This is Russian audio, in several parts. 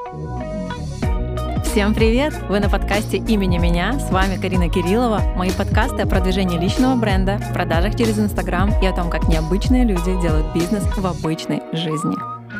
Всем привет! Вы на подкасте «Имени меня». С вами Карина Кириллова. Мои подкасты о продвижении личного бренда, продажах через Инстаграм и о том, как необычные люди делают бизнес в обычной жизни.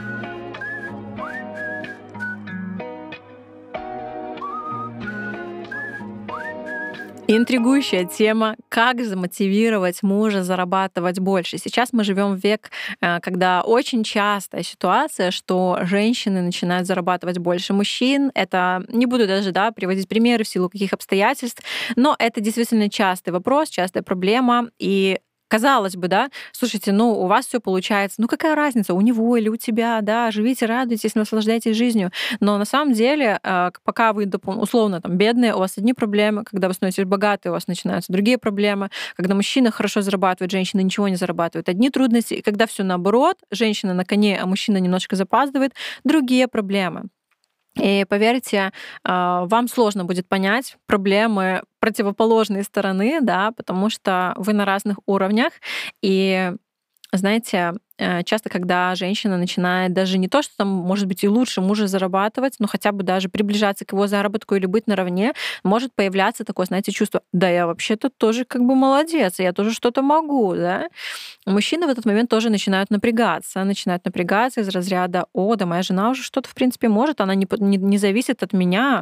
Интригующая тема «Как замотивировать мужа зарабатывать больше?». Сейчас мы живем в век, когда очень частая ситуация, что женщины начинают зарабатывать больше мужчин. Это не буду даже приводить примеры в силу каких обстоятельств, но это действительно частый вопрос, частая проблема. И казалось бы, слушайте, у вас все получается, какая разница, у него или у тебя, живите, радуйтесь, наслаждайтесь жизнью. Но на самом деле, пока вы, условно, бедные, у вас одни проблемы, когда вы становитесь богатые, у вас начинаются другие проблемы. Когда мужчина хорошо зарабатывает, женщина ничего не зарабатывает, одни трудности. И когда все наоборот, женщина на коне, а мужчина немножко запаздывает, другие проблемы. И поверьте, вам сложно будет понять проблемы противоположной стороны, потому что вы на разных уровнях. И знаете, часто, когда женщина начинает даже не то, что там, может быть, и лучше мужа зарабатывать, но хотя бы даже приближаться к его заработку или быть наравне, может появляться такое, знаете, чувство: да, я вообще-то тоже молодец, я тоже что-то могу, Мужчины в этот момент тоже начинают напрягаться из разряда: о, да моя жена уже что-то, в принципе, может, она не зависит от меня.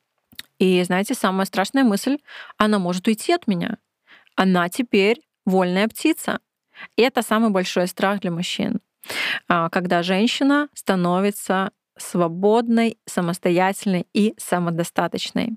И знаете, самая страшная мысль: она может уйти от меня. Она теперь вольная птица. И это самый большой страх для мужчин, когда женщина становится свободной, самостоятельной и самодостаточной.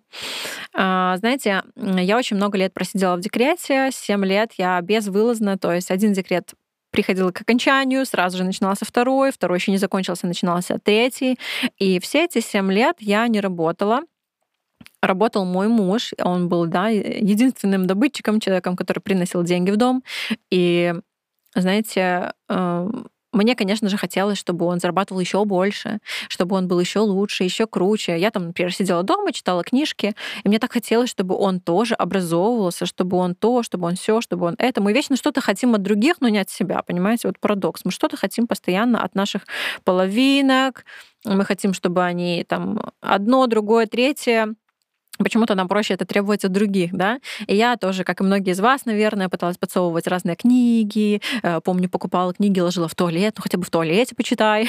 Знаете, я очень много лет просидела в декрете, 7 лет я безвылазно, то есть один декрет приходил к окончанию, сразу же начинался второй еще не закончился, начинался третий. И все эти 7 лет я не работала. Работал мой муж, он был единственным добытчиком, человеком, который приносил деньги в дом. И знаете, мне, конечно же, хотелось, чтобы он зарабатывал еще больше, чтобы он был еще лучше, еще круче. Я например, сидела дома, читала книжки, и мне так хотелось, чтобы он тоже образовывался, чтобы он то, чтобы он все, чтобы он это. Мы вечно что-то хотим от других, но не от себя, понимаете? Вот парадокс. Мы что-то хотим постоянно от наших половинок, мы хотим, чтобы они одно, другое, третье. Почему-то нам проще это требовать от других, И я тоже, как и многие из вас, наверное, пыталась подсовывать разные книги. Помню, покупала книги, ложила в туалет, хотя бы в туалете почитай.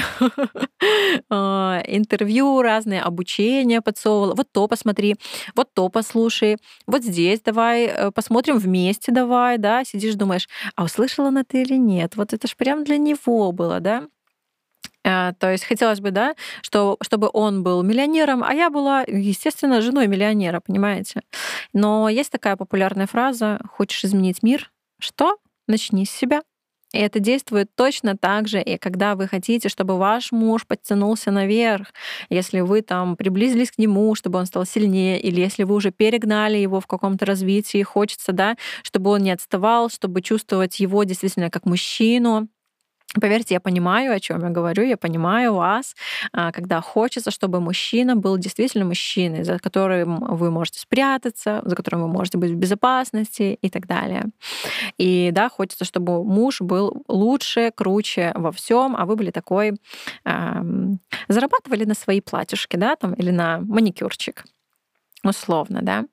Интервью разные, обучение подсовывала. Вот то посмотри, вот то послушай, вот здесь давай посмотрим вместе давай, Сидишь, думаешь: а услышала она ты или нет? Вот это ж прям для него было, То есть хотелось бы, чтобы он был миллионером, а я была, естественно, женой миллионера, понимаете? Но есть такая популярная фраза: хочешь изменить мир? Что? Начни с себя. И это действует точно так же, и когда вы хотите, чтобы ваш муж подтянулся наверх, если вы приблизились к нему, чтобы он стал сильнее, или если вы уже перегнали его в каком-то развитии, хочется, чтобы он не отставал, чтобы чувствовать его действительно как мужчину. Поверьте, я понимаю, о чем я говорю, я понимаю вас, когда хочется, чтобы мужчина был действительно мужчиной, за которым вы можете спрятаться, за которым вы можете быть в безопасности и так далее. И хочется, чтобы муж был лучше, круче во всем, а вы были такой, зарабатывали на свои платьюшки, или на маникюрчик, условно,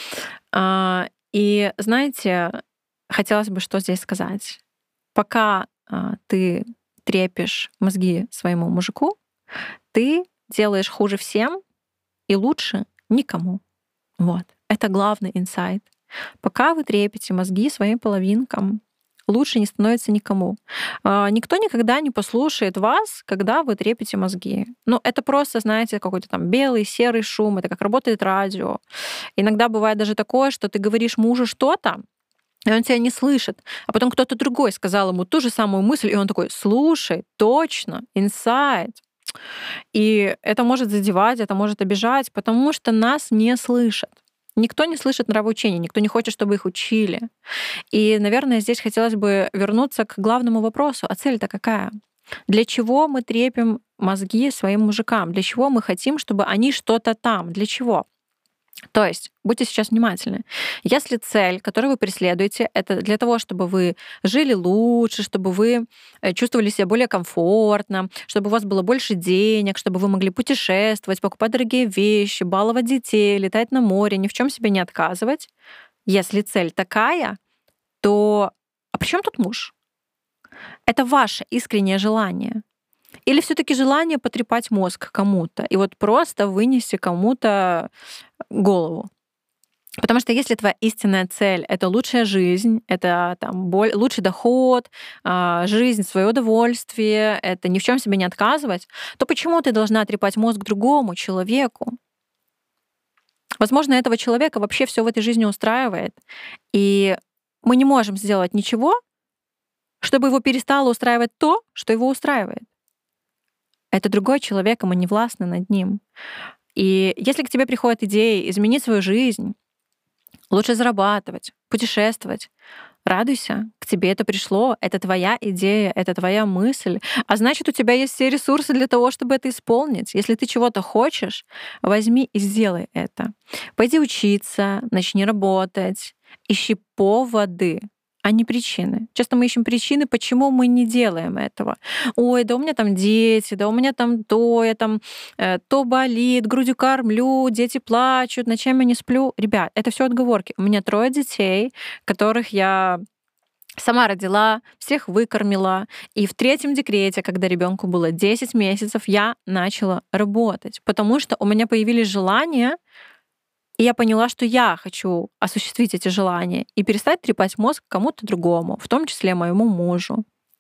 И знаете, хотелось бы что здесь сказать. Пока ты трепишь мозги своему мужику, ты делаешь хуже всем и лучше никому. Вот. Это главный инсайт. Пока вы трепите мозги своим половинкам, лучше не становится никому. Никто никогда не послушает вас, когда вы трепите мозги. Это просто, знаете, какой-то белый, серый шум. Это как работает радио. Иногда бывает даже такое, что ты говоришь мужу что-то, и он тебя не слышит. А потом кто-то другой сказал ему ту же самую мысль, и он такой: слушай, точно, инсайт. И это может задевать, это может обижать, потому что нас не слышат. Никто не слышит нравоучения, никто не хочет, чтобы их учили. И, наверное, здесь хотелось бы вернуться к главному вопросу. А цель-то какая? Для чего мы трепим мозги своим мужикам? Для чего мы хотим, чтобы они что-то там? Для чего? То есть, будьте сейчас внимательны. Если цель, которую вы преследуете, это для того, чтобы вы жили лучше, чтобы вы чувствовали себя более комфортно, чтобы у вас было больше денег, чтобы вы могли путешествовать, покупать дорогие вещи, баловать детей, летать на море, ни в чем себе не отказывать. Если цель такая, то а при чем тут муж? Это ваше искреннее желание. Или все-таки желание потрепать мозг кому-то и вот просто вынести кому-то голову? Потому что если твоя истинная цель — это лучшая жизнь, это там, лучший доход, жизнь в свое удовольствие, это ни в чем себе не отказывать, то почему ты должна трепать мозг другому человеку? Возможно, этого человека вообще все в этой жизни устраивает, и мы не можем сделать ничего, чтобы его перестало устраивать то, что его устраивает. Это другой человек, и мы не властны над ним. И если к тебе приходят идеи изменить свою жизнь, лучше зарабатывать, путешествовать, радуйся, к тебе это пришло, это твоя идея, это твоя мысль, а значит, у тебя есть все ресурсы для того, чтобы это исполнить. Если ты чего-то хочешь, возьми и сделай это. Пойди учиться, начни работать, ищи поводы, а не причины. Часто мы ищем причины, почему мы не делаем этого. Ой, да у меня там дети, да у меня там то, я там то болит, грудью кормлю, дети плачут, ночами не сплю. Ребят, это все отговорки. У меня 3 детей, которых я сама родила, всех выкормила. И в 3-м декрете, когда ребенку было 10 месяцев, я начала работать, потому что у меня появились желания, и я поняла, что я хочу осуществить эти желания и перестать трепать мозг кому-то другому, в том числе моему мужу.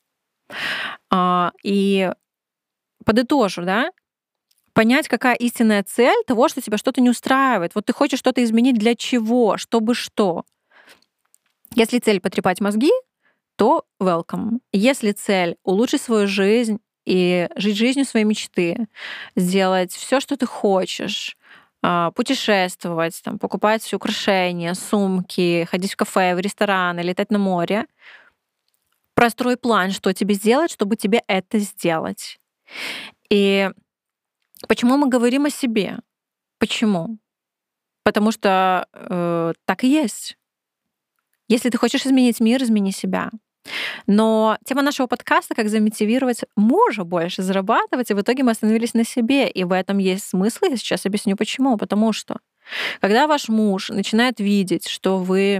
И подытожу, да, понять, какая истинная цель того, что тебя что-то не устраивает. Вот ты хочешь что-то изменить для чего, чтобы что. Если цель потрепать мозги, то welcome. Если цель улучшить свою жизнь и жить жизнью своей мечты, сделать все, что ты хочешь, путешествовать, там, покупать украшения, сумки, ходить в кафе, в рестораны, летать на море, прострой план, что тебе сделать, чтобы тебе это сделать. И почему мы говорим о себе? Почему? Потому что так и есть. Если ты хочешь изменить мир, измени себя. Но тема нашего подкаста — как замотивировать мужа больше зарабатывать, и в итоге мы остановились на себе. И в этом есть смысл. Я сейчас объясню, почему. Потому что когда ваш муж начинает видеть, что вы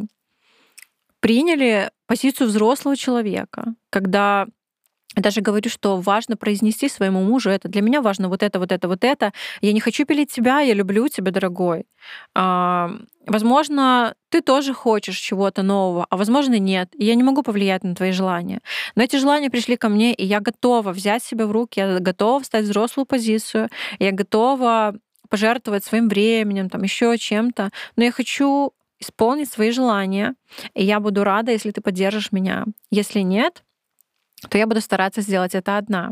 приняли позицию взрослого человека, когда я даже говорю, что важно произнести своему мужу это. Для меня важно вот это, вот это, вот это. Я не хочу пилить тебя, я люблю тебя, дорогой. Возможно, ты тоже хочешь чего-то нового, а возможно, нет. И я не могу повлиять на твои желания. Но эти желания пришли ко мне, и я готова взять себя в руки, я готова встать в взрослую позицию, я готова пожертвовать своим временем, там еще чем-то. Но я хочу исполнить свои желания, и я буду рада, если ты поддержишь меня. Если нет, то я буду стараться сделать это одна.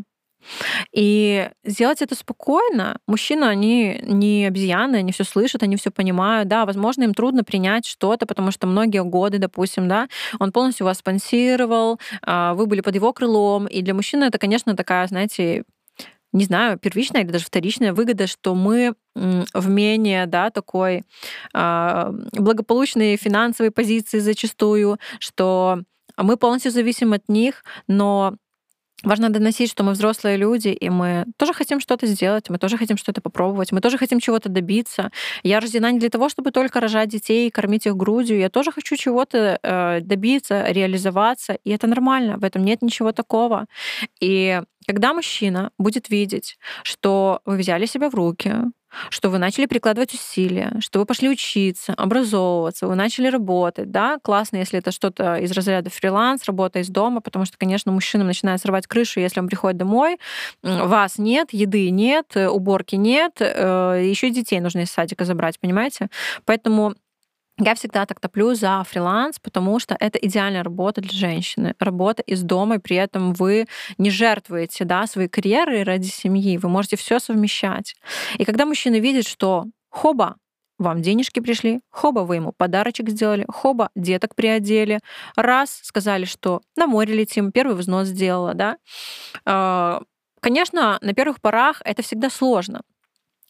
И сделать это спокойно. Мужчины, они не обезьяны, они все слышат, они все понимают. Да, возможно, им трудно принять что-то, потому что многие годы, допустим, да, он полностью вас спонсировал, вы были под его крылом. И для мужчины это, конечно, такая, знаете, не знаю, первичная или даже вторичная выгода, что мы в менее, да, такой благополучной финансовой позиции зачастую, что мы полностью зависим от них, но важно доносить, что мы взрослые люди, и мы тоже хотим что-то сделать, мы тоже хотим что-то попробовать, мы тоже хотим чего-то добиться. Я рождена не для того, чтобы только рожать детей и кормить их грудью. Я тоже хочу чего-то добиться, реализоваться, и это нормально, в этом нет ничего такого. И когда мужчина будет видеть, что вы взяли себя в руки, что вы начали прикладывать усилия, что вы пошли учиться, образовываться, вы начали работать, да, классно, если это что-то из разряда фриланс, работа из дома, потому что, конечно, мужчинам начинает срывать крышу, если он приходит домой, вас нет, еды нет, уборки нет, еще детей нужно из садика забрать, понимаете? Поэтому я всегда так топлю за фриланс, потому что это идеальная работа для женщины. Работа из дома, и при этом вы не жертвуете, да, своей карьерой ради семьи. Вы можете все совмещать. И когда мужчина видит, что хоба, вам денежки пришли, хоба, вы ему подарочек сделали, хоба, деток приодели, раз, сказали, что на море летим, первый взнос сделала, да. Конечно, на первых порах это всегда сложно.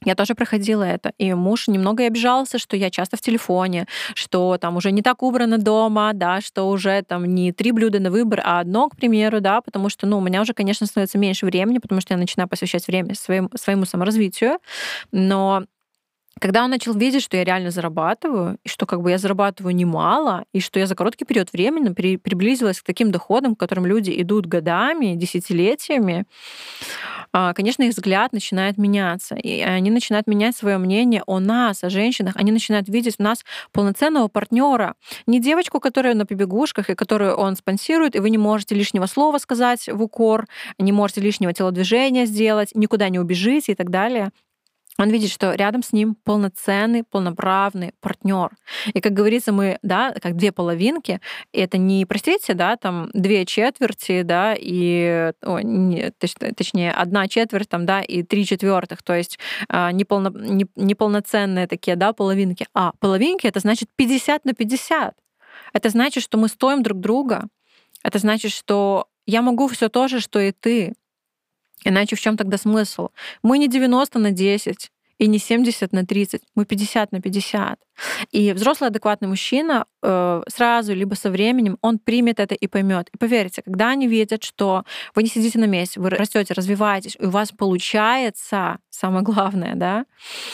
Я тоже проходила это. И муж немного и обижался, что я часто в телефоне, что там уже не так убрано дома, да, что уже там не 3 блюда на выбор, а одно, к примеру, да, потому что, ну, у меня уже, конечно, становится меньше времени, потому что я начинаю посвящать время своему саморазвитию. Но когда он начал видеть, что я реально зарабатываю, и что как бы я зарабатываю немало, и что я за короткий период времени приблизилась к таким доходам, к которым люди идут годами, десятилетиями, конечно, их взгляд начинает меняться. И они начинают менять свое мнение о нас, о женщинах. Они начинают видеть в нас полноценного партнера, не девочку, которая на побегушках, и которую он спонсирует, и вы не можете лишнего слова сказать в укор, не можете лишнего телодвижения сделать, никуда не убежите и так далее. Он видит, что рядом с ним полноценный, полноправный партнер. И, как говорится, мы, да, как две половинки, и это не, простите, да, там две четверти, да, и, точнее, одна четверть, там, да, и три четвертых, то есть неполноценные такие, да, половинки. А половинки — это значит 50 на 50. Это значит, что мы стоим друг друга. Это значит, что я могу все то же, что и ты. Иначе в чем тогда смысл? Мы не 90 на 10 и не 70 на 30, мы 50 на 50. И взрослый адекватный мужчина сразу, либо со временем, он примет это и поймет. И поверьте, когда они видят, что вы не сидите на месте, вы растете, развиваетесь, и у вас получается, самое главное, да,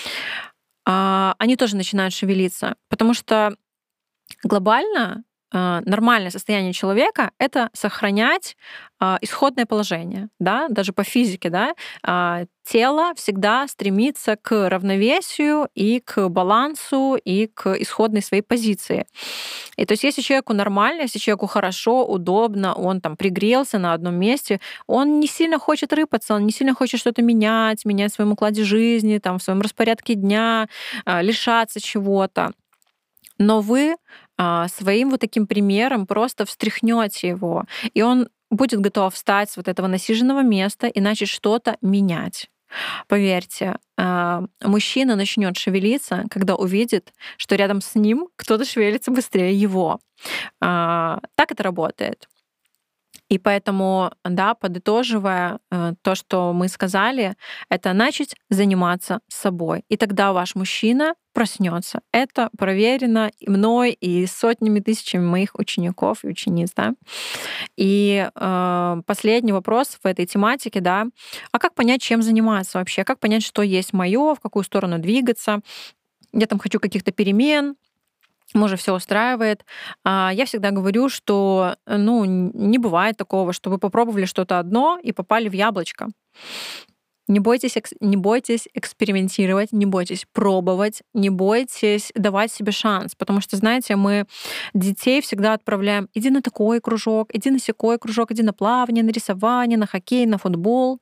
они тоже начинают шевелиться. Потому что глобально нормальное состояние человека — это сохранять исходное положение, да, даже по физике, да, тело всегда стремится к равновесию и к балансу и к исходной своей позиции. И то есть если человеку нормально, если человеку хорошо, удобно, он там пригрелся на одном месте, он не сильно хочет рыпаться, он не сильно хочет что-то менять в своем укладе жизни, там, в своем распорядке дня, лишаться чего-то. Но вы своим вот таким примером просто встряхнете его, и он будет готов встать с вот этого насиженного места и начать что-то менять. Поверьте, мужчина начнет шевелиться, когда увидит, что рядом с ним кто-то шевелится быстрее его. Так это работает. И поэтому, да, подытоживая то, что мы сказали, это начать заниматься собой. И тогда ваш мужчина проснется. Это проверено и мной, и сотнями, тысячами моих учеников и учениц. Да? И последний вопрос в этой тематике, да, а как понять, чем заниматься вообще? Как понять, что есть мое, в какую сторону двигаться? Я там хочу каких-то перемен, мужа все устраивает. Я всегда говорю, что не бывает такого, что вы попробовали что-то одно и попали в яблочко. Не бойтесь экспериментировать, не бойтесь пробовать, не бойтесь давать себе шанс. Потому что, знаете, мы детей всегда отправляем: иди на такой кружок, иди на сякой кружок, иди на плавание, на рисование, на хоккей, на футбол.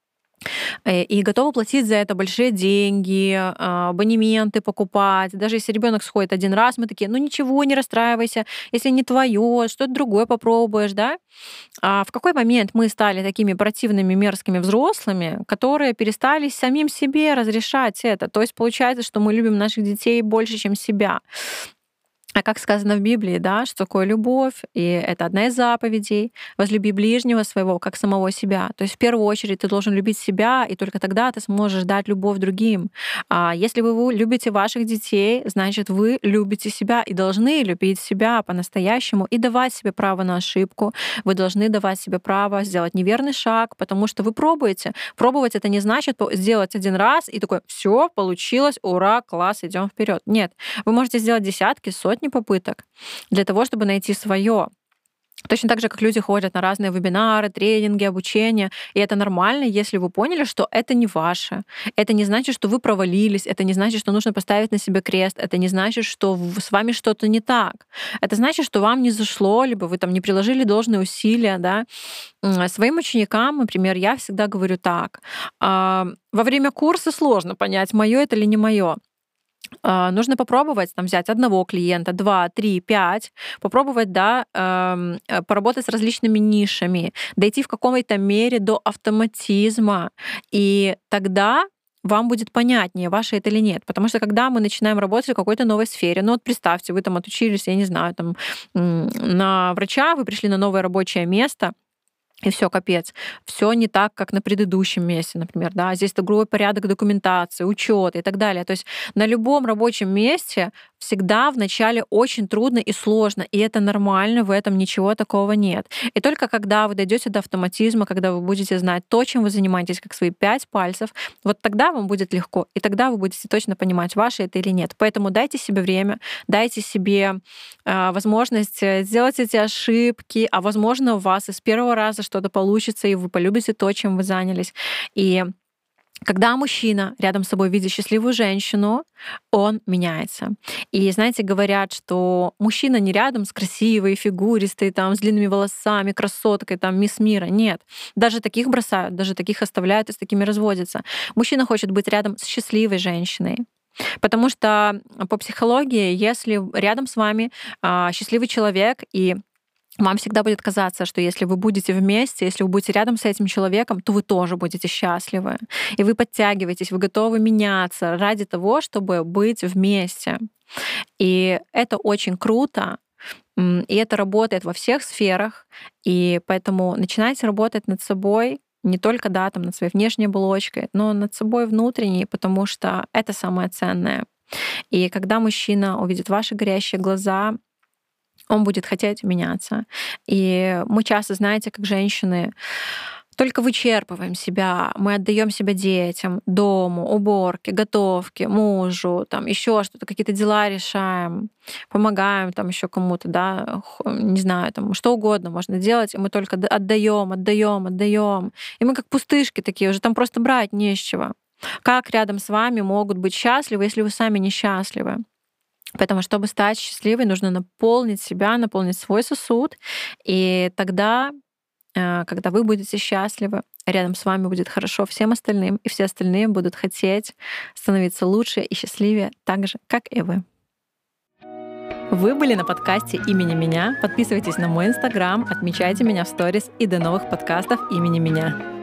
И готовы платить за это большие деньги, абонементы покупать. Даже если ребенок сходит один раз, мы такие: ну ничего, не расстраивайся, если не твое, что-то другое попробуешь, да? А в какой момент мы стали такими противными, мерзкими взрослыми, которые перестали самим себе разрешать это? То есть получается, что мы любим наших детей больше, чем себя. А как сказано в Библии, да, что такое любовь, и это одна из заповедей: возлюби ближнего своего, как самого себя. То есть в первую очередь ты должен любить себя, и только тогда ты сможешь дать любовь другим. А если вы любите ваших детей, значит, вы любите себя и должны любить себя по-настоящему и давать себе право на ошибку. Вы должны давать себе право сделать неверный шаг, потому что вы пробуете. Пробовать — это не значит сделать один раз и такой: все получилось, ура, класс, идем вперед. Нет, вы можете сделать десятки, сотни попыток для того, чтобы найти свое. Точно так же, как люди ходят на разные вебинары, тренинги, обучение. И это нормально, если вы поняли, что это не ваше. Это не значит, что вы провалились, это не значит, что нужно поставить на себе крест, это не значит, что с вами что-то не так. Это значит, что вам не зашло, либо вы там не приложили должные усилия. Да? Своим ученикам, например, я всегда говорю так: во время курса сложно понять, мое это или не мое. Нужно попробовать там взять одного клиента, 2, 3, 5, попробовать, да, поработать с различными нишами, дойти в какой-то мере до автоматизма, и тогда вам будет понятнее, ваше это или нет. Потому что когда мы начинаем работать в какой-то новой сфере, ну вот представьте, вы там отучились, я не знаю, там на врача, вы пришли на новое рабочее место, и все, капец. Все не так, как на предыдущем месте, например, да. Здесь другой порядок документации, учета и так далее. То есть на любом рабочем месте всегда вначале очень трудно и сложно, и это нормально, в этом ничего такого нет. И только когда вы дойдете до автоматизма, когда вы будете знать то, чем вы занимаетесь, как свои 5 пальцев, вот тогда вам будет легко, и тогда вы будете точно понимать, ваше это или нет. Поэтому дайте себе время, дайте себе возможность сделать эти ошибки, а возможно, у вас из первого раза что-то получится, и вы полюбите то, чем вы занялись. И когда мужчина рядом с собой видит счастливую женщину, он меняется. И знаете, говорят, что мужчина не рядом с красивой, фигуристой, там, с длинными волосами, красоткой, там, мисс мира. Нет. Даже таких бросают, даже таких оставляют и с такими разводятся. Мужчина хочет быть рядом с счастливой женщиной. Потому что по психологии, если рядом с вами счастливый человек, и вам всегда будет казаться, что если вы будете вместе, если вы будете рядом с этим человеком, то вы тоже будете счастливы. И вы подтягиваетесь, вы готовы меняться ради того, чтобы быть вместе. И это очень круто, и это работает во всех сферах. И поэтому начинайте работать над собой, не только, да, там, над своей внешней оболочкой, но над собой внутренней, потому что это самое ценное. И когда мужчина увидит ваши горящие глаза, он будет хотеть меняться. И мы часто, знаете, как женщины, только вычерпываем себя, мы отдаем себя детям, дому, уборке, готовке, мужу, там еще что-то, какие-то дела решаем, помогаем там еще кому-то, да, не знаю, там что угодно можно делать, и мы только отдаем, отдаем, отдаем. И мы как пустышки такие, уже там просто брать не с чего. Как рядом с вами могут быть счастливы, если вы сами несчастливы? Поэтому, чтобы стать счастливой, нужно наполнить себя, наполнить свой сосуд, и тогда, когда вы будете счастливы, рядом с вами будет хорошо всем остальным, и все остальные будут хотеть становиться лучше и счастливее так же, как и вы. Вы были на подкасте «Имени меня». Подписывайтесь на мой Инстаграм, отмечайте меня в сторис, и до новых подкастов «Имени меня».